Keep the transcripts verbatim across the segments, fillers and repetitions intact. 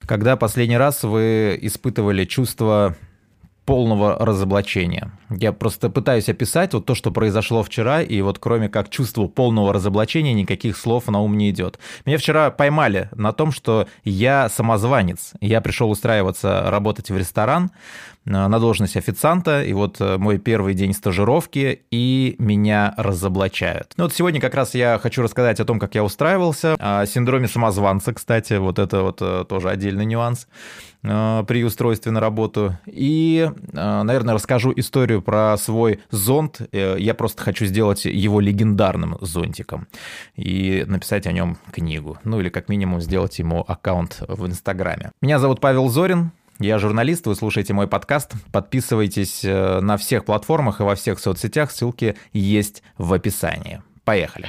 Когда последний раз вы испытывали чувство полного разоблачения? Я просто пытаюсь описать вот то, что произошло вчера, и вот кроме как чувства полного разоблачения никаких слов на ум не идет. Меня вчера поймали на том, что я самозванец. Я пришел устраиваться работать в ресторан на должность официанта, и вот мой первый день стажировки, и меня разоблачают. Ну вот сегодня как раз я хочу рассказать о том, как я устраивался, о синдроме самозванца, кстати, вот это вот тоже отдельный нюанс при устройстве на работу. И, наверное, расскажу историю про свой зонт. Я просто хочу сделать его легендарным зонтиком и написать о нем книгу. Ну или как минимум сделать ему аккаунт в Инстаграме. Меня зовут Павел Зорин. Я журналист, вы слушаете мой подкаст. Подписывайтесь на всех платформах и во всех соцсетях. Ссылки есть в описании. Поехали.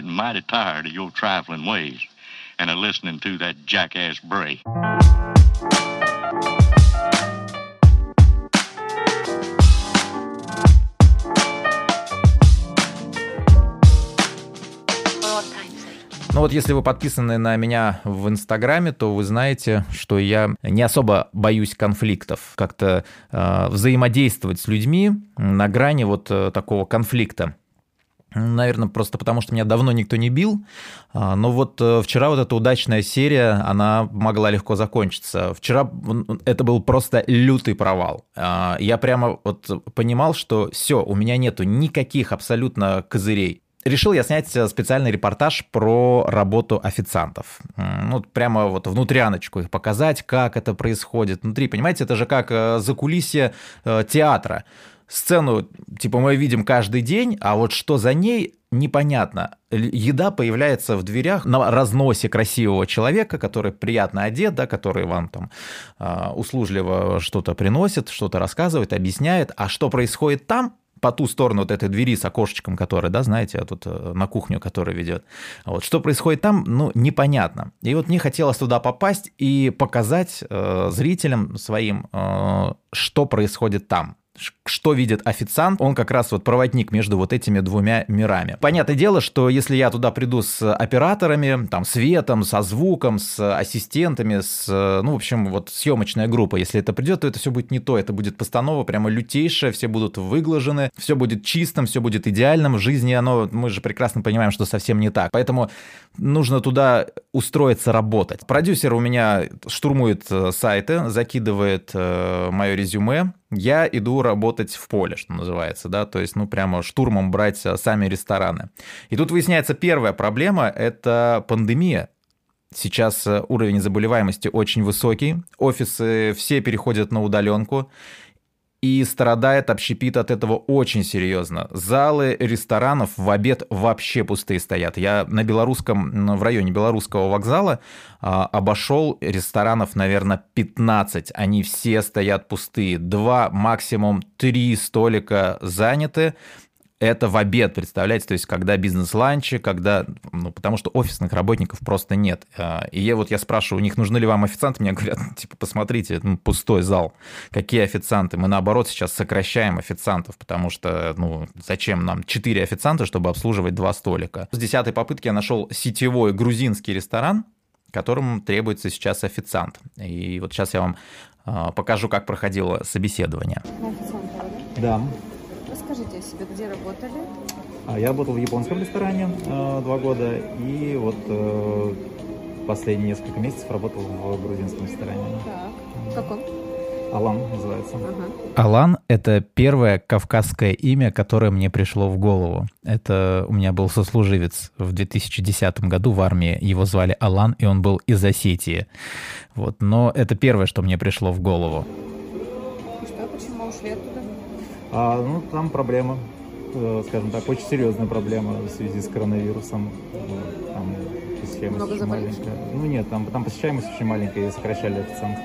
Ну вот если вы подписаны на меня в Инстаграме, то вы знаете, что я не особо боюсь конфликтов, как-то э, взаимодействовать с людьми на грани вот э, такого конфликта. Наверное, просто потому, что меня давно никто не бил, но вот вчера вот эта удачная серия, она могла легко закончиться. Вчера это был просто лютый провал. Я прямо вот понимал, что все, у меня нету никаких абсолютно козырей. Решил я снять специальный репортаж про работу официантов. Ну, прямо вот внутряночку их показать, как это происходит внутри. Понимаете, это же как закулисье театра. Сцену, типа, мы видим каждый день, а вот что за ней, непонятно. Еда появляется в дверях на разносе красивого человека, который приятно одет, да, который вам там услужливо что-то приносит, что-то рассказывает, объясняет. А что происходит там, по ту сторону вот этой двери с окошечком, который, да, знаете, тут на кухню, который ведет. Вот, что происходит там, ну, непонятно. И вот мне хотелось туда попасть и показать э, зрителям своим, э, что происходит там. Что видит официант, он как раз вот проводник между вот этими двумя мирами. Понятное дело, что если я туда приду с операторами, там, светом, со звуком, с ассистентами, с, ну, в общем, вот съемочная группа, если это придет, то это все будет не то, это будет постанова прямо лютейшая, все будут выглажены, все будет чистым, все будет идеальным. В жизни оно, мы же прекрасно понимаем, что совсем не так. Поэтому нужно туда устроиться работать. Продюсер у меня штурмует сайты, закидывает мое резюме. Я иду работать в поле, что называется, да, то есть, ну, прямо штурмом брать сами рестораны. И тут выясняется первая проблема – это пандемия. Сейчас уровень заболеваемости очень высокий, офисы все переходят на удаленку, и страдает общепит от этого очень серьезно. Залы ресторанов в обед вообще пустые стоят. Я на Белорусском, в районе Белорусского вокзала обошел ресторанов, наверное, пятнадцать. Они все стоят пустые. Два, максимум три столика заняты. Это в обед, представляете, то есть когда бизнес-ланчи, когда, ну, потому что офисных работников просто нет. И я вот я спрашиваю, у них нужны ли вам официанты, мне говорят, типа, посмотрите, ну, пустой зал, какие официанты? Мы, наоборот, сейчас сокращаем официантов, потому что, ну, зачем нам четыре официанта, чтобы обслуживать два столика? С десятой попытки я нашел сетевой грузинский ресторан, которому требуется сейчас официант. И вот сейчас я вам покажу, как проходило собеседование. Да. Расскажите о себе, где работали? А я работал в японском ресторане э, два года, и вот э, последние несколько месяцев работал в грузинском ресторане. Так, в каком? Алан называется. Ага. Алан — это первое кавказское имя, которое мне пришло в голову. Это у меня был сослуживец в две тысячи десятом году в армии. Его звали Алан, и он был из Осетии. Вот. Но это первое, что мне пришло в голову. И что, почему ушли оттуда? А, ну, там проблема, скажем так, очень серьезная проблема в связи с коронавирусом. Там посещаемость Много очень заболевших? маленькая. Ну нет, там, там посещаемость очень маленькая, и сокращали официантов.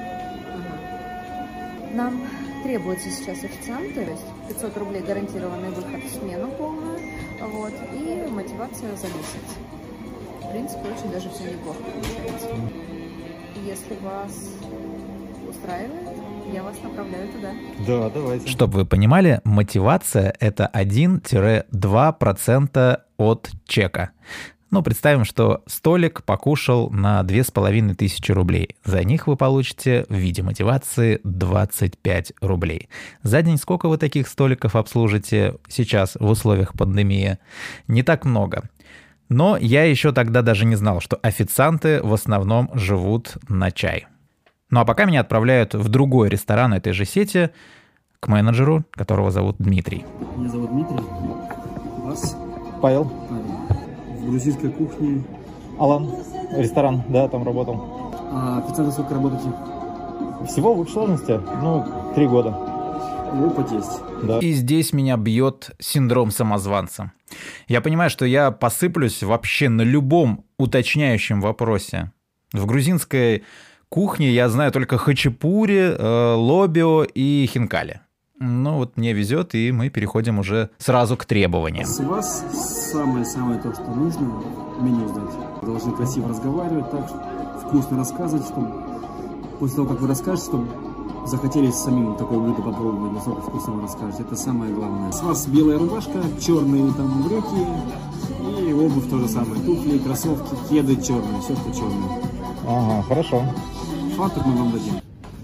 Ага. Нам требуется сейчас официанты, то есть пятьсот рублей гарантированный выход в смену полную, вот, и мотивация за месяц. В принципе, очень даже все неплохо получается. Если вас устраивает, я вас направляю туда. Да, давайте. Чтобы вы понимали, мотивация – это один-два процента от чека. Ну, представим, что столик покушал на две с половиной тысячи рублей. За них вы получите в виде мотивации двадцать пять рублей. За день сколько вы таких столиков обслужите сейчас в условиях пандемии? Не так много. Но я еще тогда даже не знал, что официанты в основном живут на чай. Ну а пока меня отправляют в другой ресторан этой же сети к менеджеру, которого зовут Дмитрий. Меня зовут Дмитрий. Вас? Павел. Павел. В грузинской кухне. Алан. Ресторан, да, там работал. А официально сколько работаете? Всего в общей сложности, ну, три года. Опыт есть. Да. И здесь меня бьет синдром самозванца. Я понимаю, что я посыплюсь вообще на любом уточняющем вопросе. В грузинской кухне я знаю только хачапури, э, лобио и хинкали. Ну вот мне везет, и мы переходим уже сразу к требованиям. С вас самое-самое то, что нужно, меню знать. Вы должны красиво разговаривать, так вкусно рассказывать, чтобы после того, как вы расскажете, чтобы захотели самим такое блюдо попробовать, насколько вкусно вы расскажете. Это самое главное. С вас белая рубашка, черные там брюки и обувь то же самое. Туфли, кроссовки, кеды черные, все это черное. Ага, хорошо. Фартук мы вам дадим.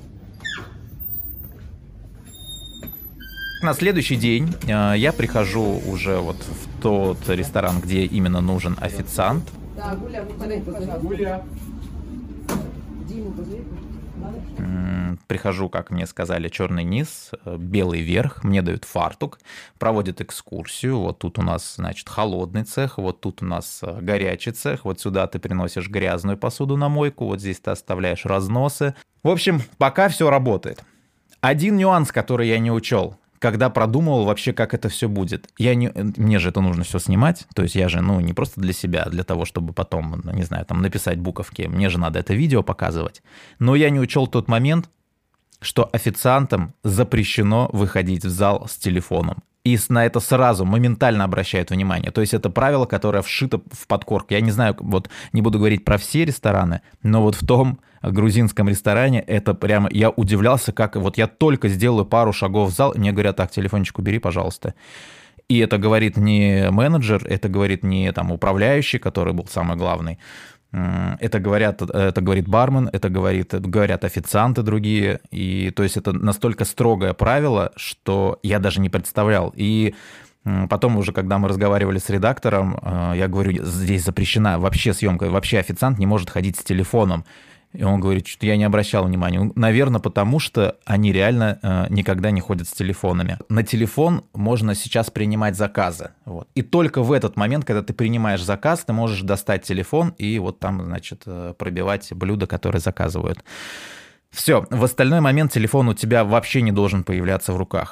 На следующий день э, я прихожу уже вот в тот ресторан, где именно нужен официант. Да, Гуля, Гуля. Прихожу, как мне сказали, черный низ, белый верх, мне дают фартук, проводят экскурсию. Вот тут у нас, значит, холодный цех, вот тут у нас горячий цех, вот сюда ты приносишь грязную посуду на мойку, вот здесь ты оставляешь разносы. В общем, пока все работает. Один нюанс, который я не учел, когда продумывал вообще, как это все будет. Я не, мне же это нужно все снимать, то есть я же, ну, не просто для себя, а для того, чтобы потом, не знаю, там написать буковки, мне же надо это видео показывать. Но я не учел тот момент, что официантам запрещено выходить в зал с телефоном. И на это сразу моментально обращают внимание. То есть это правило, которое вшито в подкорку. Я не знаю, вот не буду говорить про все рестораны, но вот в том грузинском ресторане это прямо... Я удивлялся, как вот я только сделаю пару шагов в зал, мне говорят: так, телефончик убери, пожалуйста. И это говорит не менеджер, это говорит не там управляющий, который был самый главный. Это, говорят, это говорит бармен, это говорит, говорят официанты другие. И то есть это настолько строгое правило, что я даже не представлял. И потом уже, когда мы разговаривали с редактором, я говорю: здесь запрещена вообще съемка, вообще официант не может ходить с телефоном. И он говорит, что я не обращал внимания. Наверное, потому что они реально э, никогда не ходят с телефонами. На телефон можно сейчас принимать заказы. Вот. И только в этот момент, когда ты принимаешь заказ, ты можешь достать телефон и вот там, значит, пробивать блюда, которые заказывают. Все, в остальной момент телефон у тебя вообще не должен появляться в руках.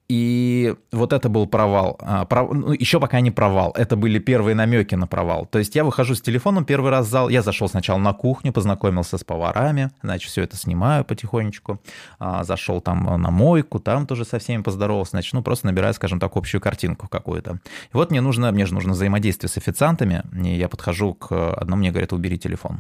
И вот это был провал. Пров... Ну, еще пока не провал. Это были первые намеки на провал. То есть я выхожу с телефоном первый раз в зал. Я зашел сначала на кухню, познакомился с поварами. Значит, все это снимаю потихонечку. Зашел там на мойку, там тоже со всеми поздоровался. Значит, ну просто набираю, скажем так, общую картинку какую-то. И вот мне нужно, мне же нужно взаимодействие с официантами. И я подхожу к одному, мне говорят: убери телефон.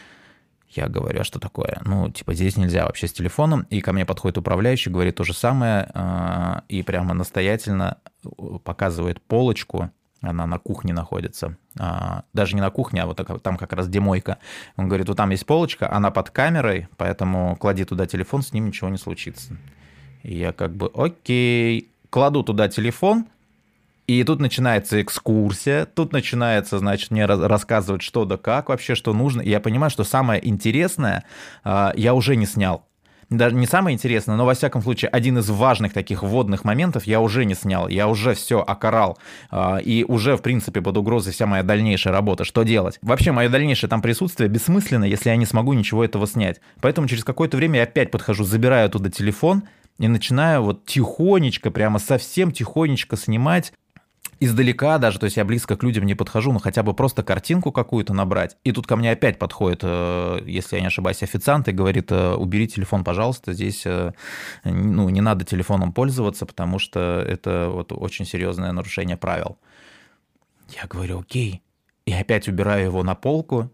Я говорю: а что такое? Ну, типа, здесь нельзя вообще с телефоном. И ко мне подходит управляющий, говорит то же самое, и прямо настоятельно показывает полочку, она на кухне находится. Даже не на кухне, а вот там как раз где мойка. Он говорит: вот там есть полочка, она под камерой, поэтому клади туда телефон, с ним ничего не случится. И я как бы: окей, кладу туда телефон. И тут начинается экскурсия, тут начинается, значит, мне рассказывать, что да как вообще, что нужно. И я понимаю, что самое интересное э, я уже не снял. Даже не самое интересное, но, во всяком случае, один из важных таких вводных моментов я уже не снял. Я уже все окорал. Э, и уже, в принципе, под угрозой вся моя дальнейшая работа. Что делать? Вообще, мое дальнейшее там присутствие бессмысленно, если я не смогу ничего этого снять. Поэтому через какое-то время я опять подхожу, забираю оттуда телефон и начинаю вот тихонечко, прямо совсем тихонечко снимать. Издалека даже, то есть я близко к людям не подхожу, но хотя бы просто картинку какую-то набрать. И тут ко мне опять подходит, если я не ошибаюсь, официант и говорит: убери телефон, пожалуйста, здесь, ну, не надо телефоном пользоваться, потому что это вот очень серьезное нарушение правил. Я говорю: окей. И опять убираю его на полку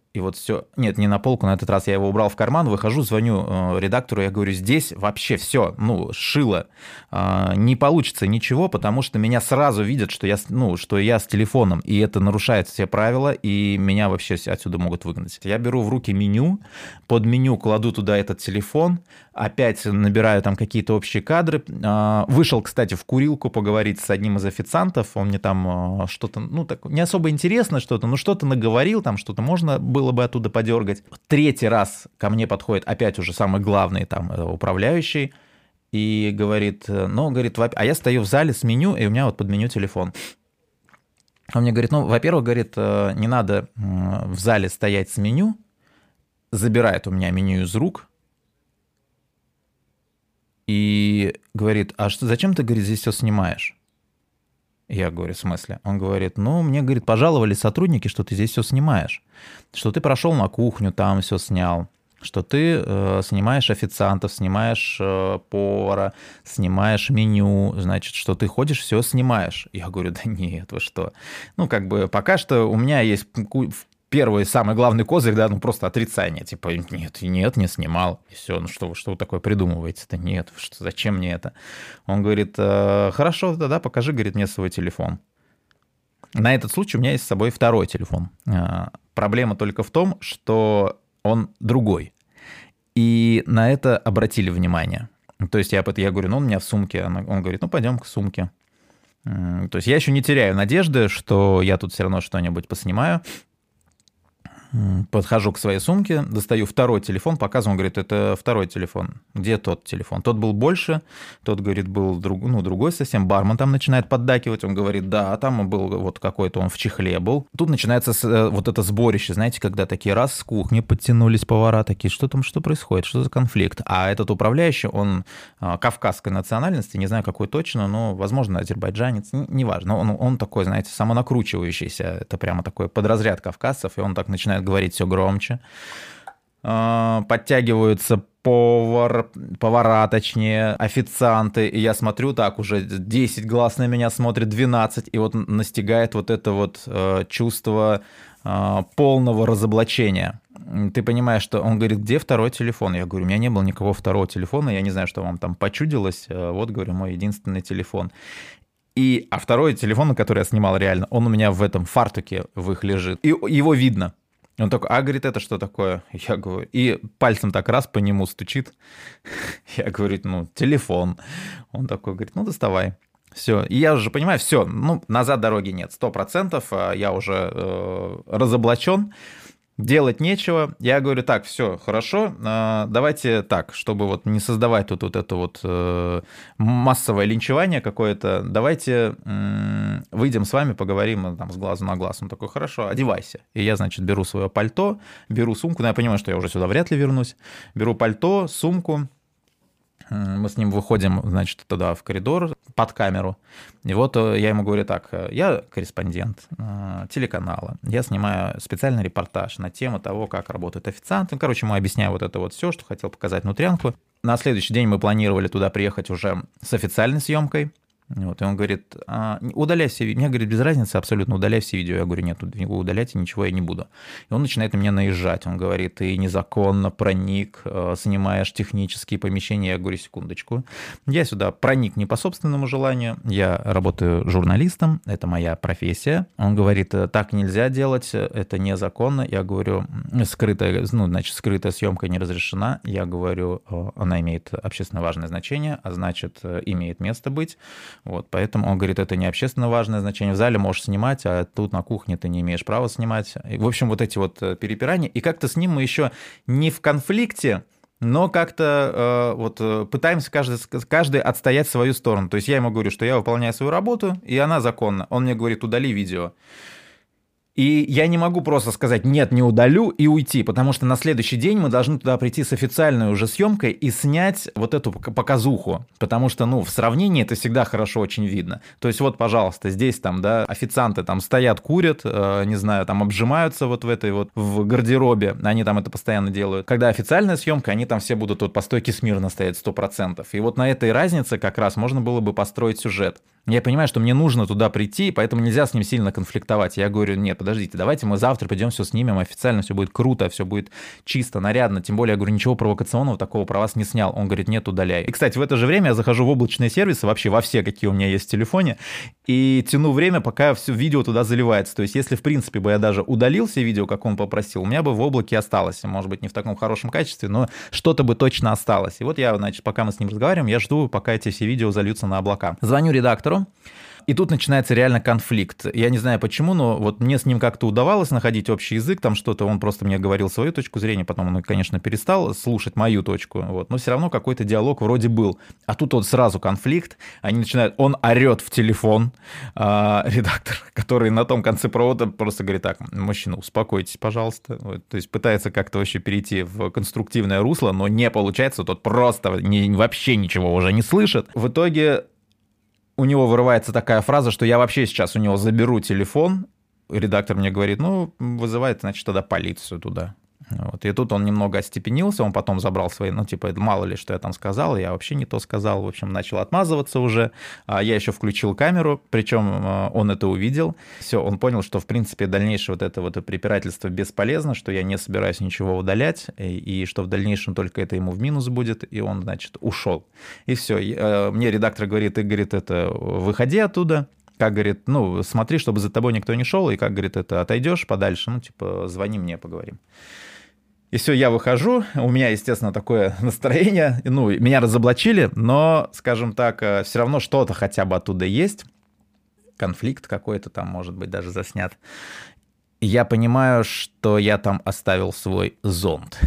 И вот все, нет, не на полку, на этот раз я его убрал в карман, выхожу, звоню э, редактору, я говорю, здесь вообще все, ну, шило, э, не получится ничего, потому что меня сразу видят, что я, ну, что я с телефоном, и это нарушает все правила, и меня вообще отсюда могут выгнать. Я беру в руки меню, под меню кладу туда этот телефон, опять набираю там какие-то общие кадры, э, вышел, кстати, в курилку поговорить с одним из официантов, он мне там э, что-то, ну, так, не особо интересно что-то, ну, что-то наговорил, там что-то можно было бы оттуда подергать. Третий раз ко мне подходит опять уже самый главный там управляющий и говорит, ну, говорит, а я стою в зале с меню, и у меня вот под меню телефон. Он мне говорит, ну, во-первых, говорит, не надо в зале стоять с меню, забирает у меня меню из рук и говорит, а что, зачем ты, говорит, здесь все снимаешь? Я говорю, в смысле? Он говорит, ну, мне, говорит, пожаловали сотрудники, что ты здесь все снимаешь, что ты прошел на кухню, там все снял, что ты э, снимаешь официантов, снимаешь э, повара, снимаешь меню, значит, что ты ходишь, все снимаешь. Я говорю, да нет, вы что? Ну, как бы пока что у меня есть первый, самый главный козырь, да, ну, просто отрицание, типа, нет, нет, не снимал, и все, ну, что, что вы такое придумываете-то? Нет, что, зачем мне это? Он говорит, хорошо, тогда покажи, говорит, мне свой телефон. На этот случай у меня есть с собой второй телефон. Проблема только в том, что он другой, и на это обратили внимание. То есть я, я говорю, ну, он у меня в сумке, он говорит, ну, пойдем к сумке. То есть я еще не теряю надежды, что я тут все равно что-нибудь поснимаю. Подхожу к своей сумке, достаю второй телефон, показываю, он говорит, это второй телефон. Где тот телефон? Тот был больше, тот, говорит, был друг, ну, другой совсем. Бармен там начинает поддакивать, он говорит, да, там был вот какой-то, он в чехле был. Тут начинается вот это сборище, знаете, когда такие раз с кухни подтянулись повара, такие, что там, что происходит, что за конфликт? А этот управляющий, он кавказской национальности, не знаю, какой точно, но, возможно, азербайджанец, неважно. Он, он такой, знаете, самонакручивающийся, это прямо такой подразряд кавказцев, и он так начинает говорить все громче. Подтягиваются повар, повара, точнее, официанты, и я смотрю, так, уже десять глаз на меня смотрит, двенадцать, и вот настигает вот это вот чувство полного разоблачения. Ты понимаешь, что он говорит, где второй телефон? Я говорю, у меня не было никакого второго телефона, я не знаю, что вам там почудилось, вот, говорю, мой единственный телефон. И, а второй телефон, на который я снимал реально, он у меня в этом фартуке в их лежит, и его видно. Он такой, а, говорит, это что такое? Я говорю, и пальцем так раз по нему стучит. Я говорю, ну, телефон. Он такой говорит, ну, доставай. Все. И я уже понимаю, все, ну, назад дороги нет, сто процентов, я уже э, разоблачен. Делать нечего. Я говорю, так, все, хорошо, давайте так, чтобы вот не создавать тут вот это вот массовое линчевание какое-то, давайте выйдем с вами, поговорим там с глазу на глаз. Он такой, хорошо, одевайся. И я, значит, беру свое пальто, беру сумку, но я понимаю, что я уже сюда вряд ли вернусь. Беру пальто, сумку. Мы с ним выходим, значит, туда в коридор под камеру. И вот я ему говорю так, я корреспондент телеканала, я снимаю специальный репортаж на тему того, как работает официант. Ну, короче, ему объясняю вот это вот все, что хотел показать внутрянку. На следующий день мы планировали туда приехать уже с официальной съемкой. Вот, и он говорит, а, удаляй все видео. Мне, говорит, без разницы абсолютно, удаляй все видео. Я говорю, нет, удалять ничего я не буду. И он начинает на меня наезжать. Он говорит, ты незаконно проник, снимаешь технические помещения. Я говорю, секундочку. Я сюда проник не по собственному желанию. Я работаю журналистом, это моя профессия. Он говорит, так нельзя делать, это незаконно. Я говорю, скрытая, ну, значит, скрытая съемка не разрешена. Я говорю, она имеет общественно важное значение, а значит, имеет место быть. Вот, поэтому он говорит, это не общественно важное значение. В зале можешь снимать, а тут на кухне ты не имеешь права снимать. И, в общем, вот эти вот перепирания. И как-то с ним мы еще не в конфликте, но как-то э, вот пытаемся каждый, каждый отстоять свою сторону. То есть я ему говорю, что я выполняю свою работу, и она законна. Он мне говорит, удали видео. И я не могу просто сказать «нет, не удалю» и уйти, потому что на следующий день мы должны туда прийти с официальной уже съемкой и снять вот эту показуху, потому что, ну, в сравнении это всегда хорошо очень видно. То есть вот, пожалуйста, здесь там, да, официанты там стоят, курят, э, не знаю, там обжимаются вот в этой вот, в гардеробе, они там это постоянно делают. Когда официальная съемка, они там все будут вот по стойке смирно стоять сто процентов. И вот на этой разнице как раз можно было бы построить сюжет. Я понимаю, что мне нужно туда прийти, поэтому нельзя с ним сильно конфликтовать. Я говорю, нет, подождите, давайте мы завтра пойдем все снимем, официально все будет круто, все будет чисто, нарядно, тем более, я говорю, ничего провокационного такого про вас не снял. Он говорит, нет, удаляй. И, кстати, в это же время я захожу в облачные сервисы, вообще во все, какие у меня есть в телефоне, и тяну время, пока все видео туда заливается. То есть, если, в принципе, бы я даже удалил все видео, как он попросил, у меня бы в облаке осталось, может быть, не в таком хорошем качестве, но что-то бы точно осталось. И вот я, значит, пока мы с ним разговариваем, я жду, пока эти все видео зальются на облака. Звоню редактору, и тут начинается реально конфликт. Я не знаю почему, но вот мне с ним как-то удавалось находить общий язык, там что-то, он просто мне говорил свою точку зрения, потом он, конечно, перестал слушать мою точку, вот, но все равно какой-то диалог вроде был. А тут вот сразу конфликт, они начинают, он орет в телефон, а, редактор, который на том конце провода просто говорит, так, мужчина, успокойтесь, пожалуйста. Вот, то есть пытается как-то вообще перейти в конструктивное русло, но не получается, тот просто не, вообще ничего уже не слышит. В итоге у него вырывается такая фраза, что я вообще сейчас у него заберу телефон. Редактор мне говорит, ну, вызывает, значит, тогда полицию туда. Вот. И тут он немного остепенился, он потом забрал свои, ну, типа, мало ли, что я там сказал, я вообще не то сказал, в общем, начал отмазываться уже. Я еще включил камеру, причем он это увидел. Все, он понял, что, в принципе, дальнейшее вот это вот препирательство бесполезно, что я не собираюсь ничего удалять, и что в дальнейшем только это ему в минус будет, и он, значит, ушел. И все. Мне редактор говорит, ты, говорит, это, выходи оттуда. Как, говорит, ну, смотри, чтобы за тобой никто не шел, и как, говорит, это, отойдешь подальше, ну, типа, звони мне, поговорим. И все, я выхожу, у меня, естественно, такое настроение, ну, меня разоблачили, но, скажем так, все равно что-то хотя бы оттуда есть, конфликт какой-то там, может быть, даже заснят. И я понимаю, что я там оставил свой зонт.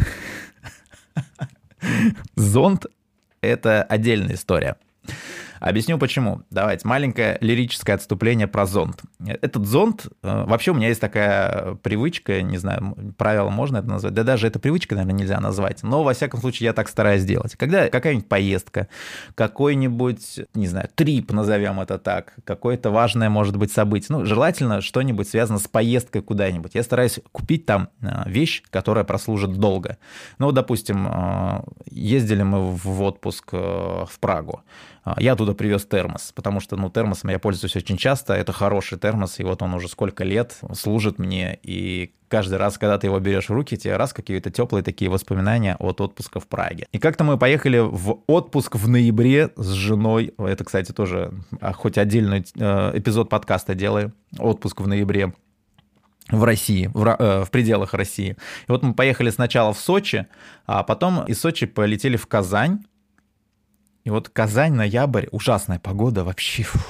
Зонт — это отдельная история. Объясню почему. Давайте, маленькое лирическое отступление про зонт. Этот зонт, вообще у меня есть такая привычка, не знаю, правило можно это назвать, да даже это привычка, наверное, нельзя назвать, но во всяком случае я так стараюсь делать. Когда какая-нибудь поездка, какой-нибудь, не знаю, трип, назовем это так, какое-то важное, может быть, событие, ну, желательно что-нибудь связано с поездкой куда-нибудь. Я стараюсь купить там вещь, которая прослужит долго. Ну, допустим, ездили мы в отпуск в Прагу. Я оттуда привез термос, потому что, ну, термосом я пользуюсь очень часто, это хороший термос, и вот он уже сколько лет служит мне, и каждый раз, когда ты его берешь в руки, тебе раз какие-то теплые такие воспоминания от отпуска в Праге. И как-то мы поехали в отпуск в ноябре с женой, это, кстати, тоже хоть отдельный эпизод подкаста делаю, отпуск в ноябре в России, в, э, в пределах России. И вот мы поехали сначала в Сочи, а потом из Сочи полетели в Казань. И вот Казань, ноябрь, ужасная погода вообще. Фу.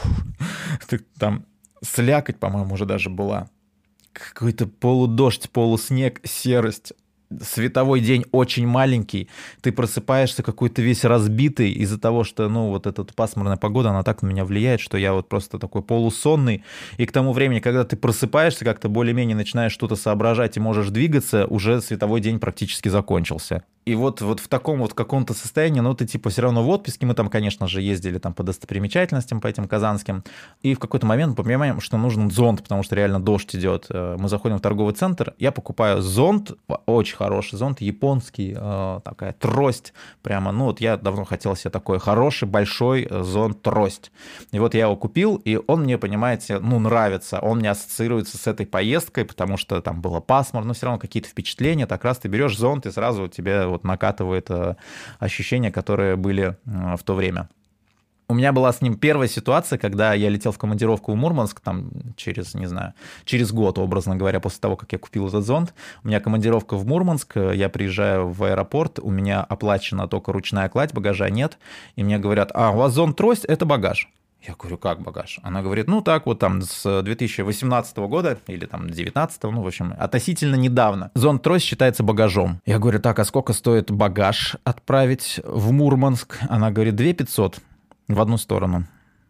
Там слякоть, по-моему, уже даже была. Какой-то полудождь, полуснег, серость. Световой день очень маленький. Ты просыпаешься какой-то весь разбитый из-за того, что, ну, вот эта пасмурная погода, она так на меня влияет, что я вот просто такой полусонный. И к тому времени, когда ты просыпаешься, как-то более-менее начинаешь что-то соображать и можешь двигаться, уже световой день практически закончился. И вот, вот в таком вот каком-то состоянии, ну, ты типа все равно в отпуске, мы там, конечно же, ездили там по достопримечательностям, по этим казанским, и в какой-то момент мы понимаем, что нужен зонт, потому что реально дождь идет. Мы заходим в торговый центр, я покупаю зонт, очень хороший зонт, японский, такая трость, прямо, ну, вот я давно хотел себе такой хороший, большой зонт-трость. И вот я его купил, и он мне, понимаете, ну, нравится, он мне ассоциируется с этой поездкой, потому что там было пасмурно, но все равно какие-то впечатления, так раз ты берешь зонт, и сразу тебе вот накатывает ощущения, которые были в то время. У меня была с ним первая ситуация, когда я летел в командировку в Мурманск, там через, не знаю, через год, образно говоря, после того, как я купил этот зонт. У меня командировка в Мурманск, я приезжаю в аэропорт, у меня оплачена только ручная кладь, багажа нет, и мне говорят, а, у вас зонт-трость, это багаж. Я говорю, как багаж? Она говорит, ну так вот там с две тысячи восемнадцатого года или там девятнадцатого, ну в общем, относительно недавно. Зонт-трость считается багажом. Я говорю, так, а сколько стоит багаж отправить в Мурманск? Она говорит, две тысячи пятьсот в одну сторону.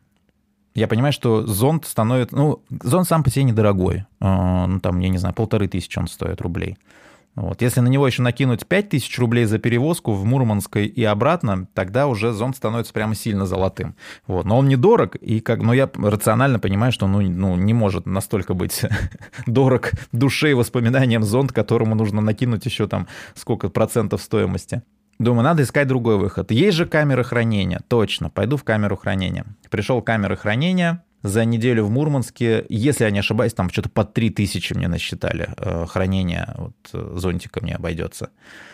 Я понимаю, что зонт становится... Ну, зонт сам по себе недорогой. Ну там, я не знаю, полторы тысячи он стоит рублей. Вот. Если на него еще накинуть пять тысяч рублей за перевозку в Мурманск и обратно, тогда уже зонт становится прямо сильно золотым. Вот. Но он недорог, и как, но я рационально понимаю, что ну, ну, не может настолько быть дорог душе и воспоминаниям зонт, которому нужно накинуть еще там сколько процентов стоимости. Думаю, надо искать другой выход. Есть же камеры хранения. Точно, пойду в камеру хранения. Пришел в камеру хранения, за неделю в Мурманске, если я не ошибаюсь, там что-то под три тысячи мне насчитали хранения, вот зонтика мне обойдется.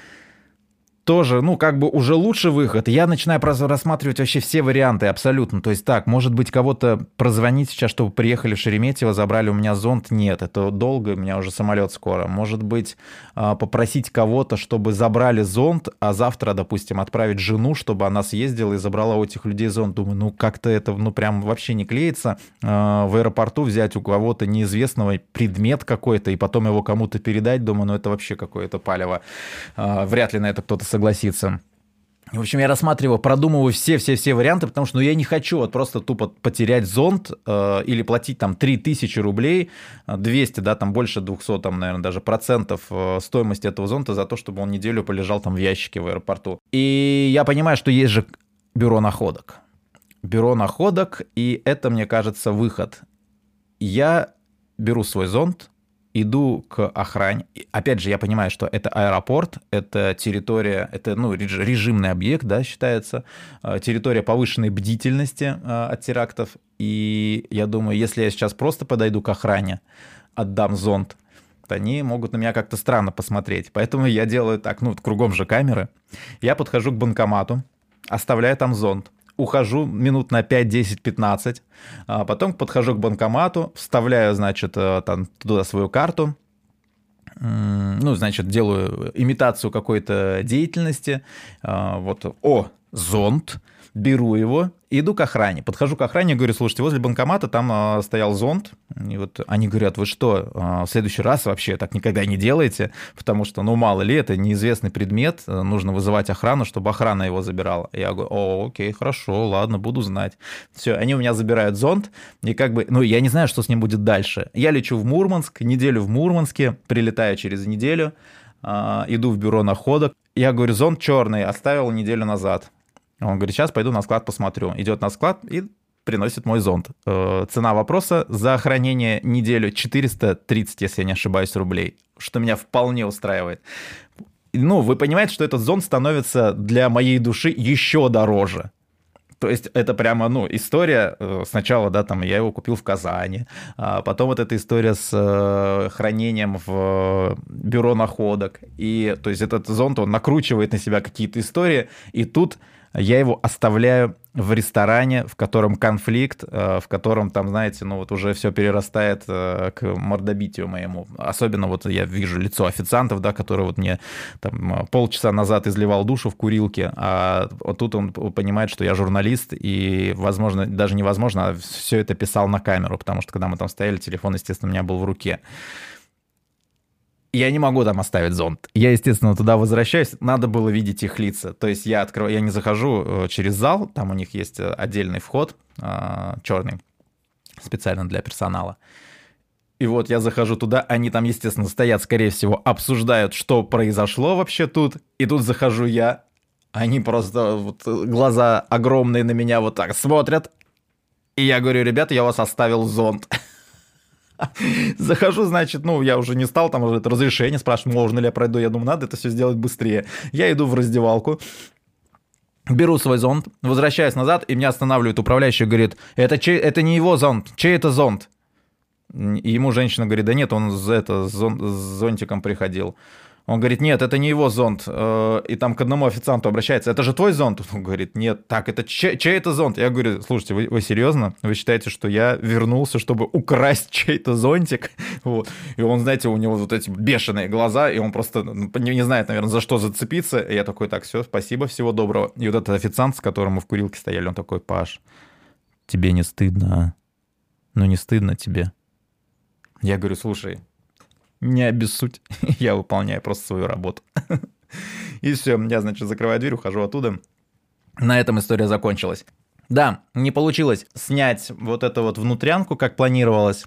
Тоже, ну, как бы уже лучше выход. Я начинаю рассматривать вообще все варианты абсолютно. То есть так, может быть, кого-то прозвонить сейчас, чтобы приехали в Шереметьево, забрали у меня зонт. Нет, это долго, у меня уже самолет скоро. Может быть, попросить кого-то, чтобы забрали зонт, а завтра, допустим, отправить жену, чтобы она съездила и забрала у этих людей зонт. Думаю, ну, как-то это, ну, прям вообще не клеится. В аэропорту взять у кого-то неизвестного предмет какой-то и потом его кому-то передать. Думаю, ну, это вообще какое-то палево. Вряд ли на это кто-то согласится. согласиться. В общем, я рассматриваю, продумываю все-все-все варианты, потому что ну, я не хочу вот просто тупо потерять зонт э, или платить там три тысячи рублей, двести, да, там больше двухсот, там, наверное, даже процентов э, стоимости этого зонта за то, чтобы он неделю полежал там в ящике в аэропорту. И я понимаю, что есть же бюро находок. Бюро находок, и это, мне кажется, выход. Я беру свой зонт, иду к охране. Опять же, я понимаю, что это аэропорт, это территория, это ну, режимный объект, да, считается, территория повышенной бдительности от терактов. И я думаю, если я сейчас просто подойду к охране, отдам зонт, то они могут на меня как-то странно посмотреть. Поэтому я делаю так, ну, кругом же камеры. Я подхожу к банкомату, оставляю там зонт. Ухожу минут на пять, десять, пятнадцать, а потом подхожу к банкомату, вставляю, значит, там, туда свою карту, ну, значит, делаю имитацию какой-то деятельности, вот, о, зонт, беру его, иду к охране. Подхожу к охране и говорю, слушайте, возле банкомата там стоял зонт, и вот они говорят, вы что, в следующий раз вообще так никогда не делаете, потому что, ну, мало ли, это неизвестный предмет, нужно вызывать охрану, чтобы охрана его забирала. Я говорю, о, окей, хорошо, ладно, буду знать. Все, они у меня забирают зонт, и как бы, ну, я не знаю, что с ним будет дальше. Я лечу в Мурманск, неделю в Мурманске, прилетаю через неделю, иду в бюро находок, я говорю, зонт черный, оставил неделю назад. Он говорит, сейчас пойду на склад посмотрю. Идет на склад и приносит мой зонт. Цена вопроса за хранение неделю четыреста тридцать, если я не ошибаюсь, рублей, что меня вполне устраивает. Ну, вы понимаете, что этот зонт становится для моей души еще дороже. То есть это прямо, ну, история, сначала, да, там, я его купил в Казани, а потом вот эта история с хранением в бюро находок, и, то есть этот зонт, он накручивает на себя какие-то истории, и тут я его оставляю в ресторане, в котором конфликт, в котором там, знаете, ну вот уже все перерастает к мордобитию моему. Особенно вот я вижу лицо официантов, да, который вот мне там полчаса назад изливал душу в курилке, а вот тут он понимает, что я журналист, и, возможно, даже невозможно, а все это писал на камеру, потому что когда мы там стояли, телефон, естественно, у меня был в руке. Я не могу там оставить зонт. Я, естественно, туда возвращаюсь. Надо было видеть их лица. То есть я открываю, я не захожу через зал, там у них есть отдельный вход, черный, специально для персонала. И вот я захожу туда, они там, естественно, стоят, скорее всего, обсуждают, что произошло вообще тут. И тут захожу я, они просто вот, глаза огромные на меня вот так смотрят. И я говорю, ребята, я у вас оставил зонт. Захожу, значит, ну, я уже не стал там уже это разрешение спрашивать, можно ли я пройду, я думаю, надо это все сделать быстрее. Я иду в раздевалку, беру свой зонт, возвращаюсь назад, и меня останавливает управляющий и говорит, это, чей, это не его зонт, чей это зонт? И ему женщина говорит, да нет, он с, это, с, зон, с зонтиком приходил. Он говорит, нет, это не его зонт. И там к одному официанту обращается, это же твой зонт? Он говорит, нет, так, это чей, чей это зонт? Я говорю, слушайте, вы, вы серьезно? Вы считаете, что я вернулся, чтобы украсть чей-то зонтик? Вот. И он, знаете, у него вот эти бешеные глаза, и он просто не, не знает, наверное, за что зацепиться. И я такой, так, все, спасибо, всего доброго. И вот этот официант, с которым мы в курилке стояли, он такой, Паш, тебе не стыдно, а? Ну не стыдно тебе? Я говорю, слушай, не обессудь, я выполняю просто свою работу. И все, я, значит, закрываю дверь, ухожу оттуда. На этом история закончилась. Да, не получилось снять вот эту вот внутрянку, как планировалось.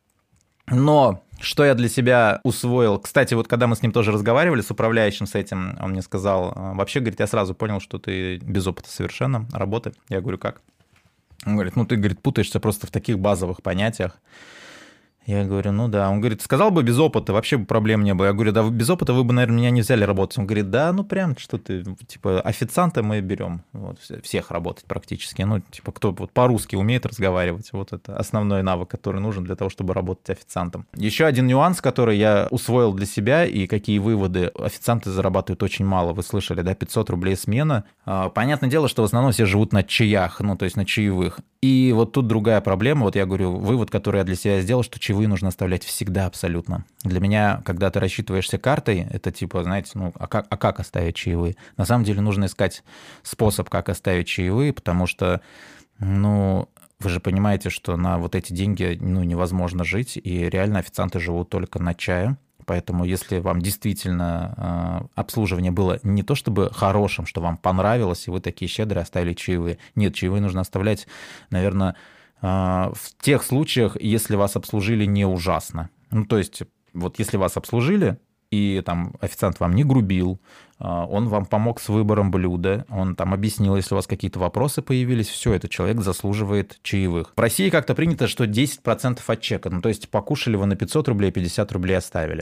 Но что я для себя усвоил... Кстати, вот когда мы с ним тоже разговаривали, с управляющим с этим, он мне сказал, вообще, говорит, я сразу понял, что ты без опыта совершенно работы. Я говорю, как? Он говорит, ну ты, говорит, путаешься просто в таких базовых понятиях. Я говорю, ну да. Он говорит, сказал бы без опыта, вообще бы проблем не было. Я говорю, да вы без опыта вы бы, наверное, меня не взяли работать. Он говорит, да, ну прям, что ты, типа, официанта мы берем, вот, всех работать практически. Ну, типа, кто вот по-русски умеет разговаривать, вот это основной навык, который нужен для того, чтобы работать официантом. Еще один нюанс, который я усвоил для себя, и какие выводы. Официанты зарабатывают очень мало, вы слышали, да, пятьсот рублей смена. Понятное дело, что в основном все живут на чаях, ну, то есть на чаевых. И вот тут другая проблема, вот я говорю, вывод, который я для себя сделал, что чаевые нужно оставлять всегда абсолютно. Для меня, когда ты рассчитываешься картой, это типа, знаете, ну, а как, а как оставить чаевые? На самом деле нужно искать способ, как оставить чаевые, потому что, ну, вы же понимаете, что на вот эти деньги, ну, невозможно жить, и реально официанты живут только на чае. Поэтому если вам действительно э, обслуживание было не то чтобы хорошим, что вам понравилось, и вы такие щедрые оставили чаевые. Нет, чаевые нужно оставлять, наверное, э, в тех случаях, если вас обслужили не ужасно. Ну, то есть вот если вас обслужили, и там официант вам не грубил, он вам помог с выбором блюда, он там объяснил, если у вас какие-то вопросы появились, все, этот человек заслуживает чаевых. В России как-то принято, что десять процентов от чека, ну то есть покушали вы на пятьсот рублей, пятьдесят рублей оставили.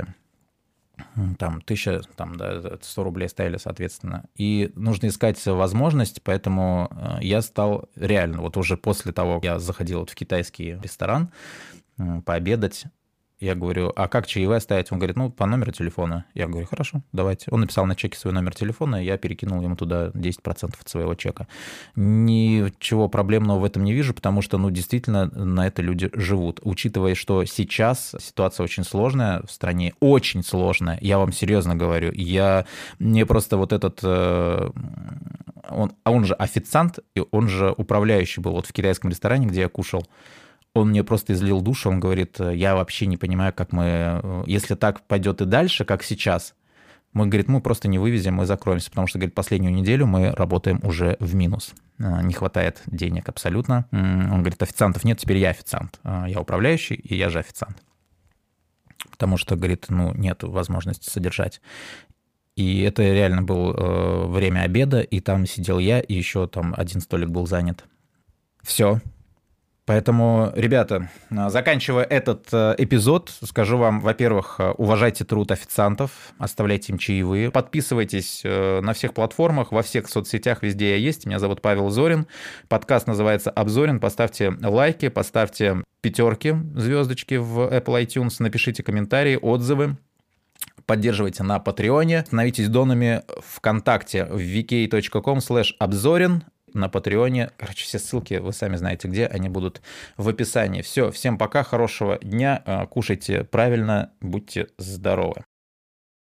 Там тысяча, там, да, сто рублей оставили, соответственно. И нужно искать возможность, поэтому я стал реально, вот уже после того, как я заходил вот в китайский ресторан пообедать, я говорю, а как чаевые оставить? Он говорит, ну, по номеру телефона. Я говорю, хорошо, давайте. Он написал на чеке свой номер телефона, и я перекинул ему туда десять процентов от своего чека. Ничего проблемного в этом не вижу, потому что, ну, действительно, на это люди живут. Учитывая, что сейчас ситуация очень сложная в стране, очень сложная, я вам серьезно говорю. Я, мне просто вот этот... Он, а он же официант, и он же управляющий был вот в китайском ресторане, где я кушал. Он мне просто излил душу, он говорит, я вообще не понимаю, как мы... Если так пойдет и дальше, как сейчас, мы, говорит, мы просто не вывезем, мы закроемся, потому что, говорит, последнюю неделю мы работаем уже в минус. Не хватает денег абсолютно. Он говорит, официантов нет, теперь я официант. Я управляющий, и я же официант. Потому что, говорит, ну, нет возможности содержать. И это реально было время обеда, и там сидел я, и еще там один столик был занят. Все. Поэтому, ребята, заканчивая этот эпизод, скажу вам, во-первых, уважайте труд официантов, оставляйте им чаевые, подписывайтесь на всех платформах, во всех соцсетях, везде я есть. Меня зовут Павел Зорин, подкаст называется «Обзорин». Поставьте лайки, поставьте пятерки, звездочки в Apple iTunes, напишите комментарии, отзывы. Поддерживайте на Патреоне, становитесь донами ВКонтакте в ви кей точка ком слэш обзорин. На Патреоне. Короче, все ссылки вы сами знаете где, они будут в описании. Все, всем пока, хорошего дня, кушайте правильно, будьте здоровы.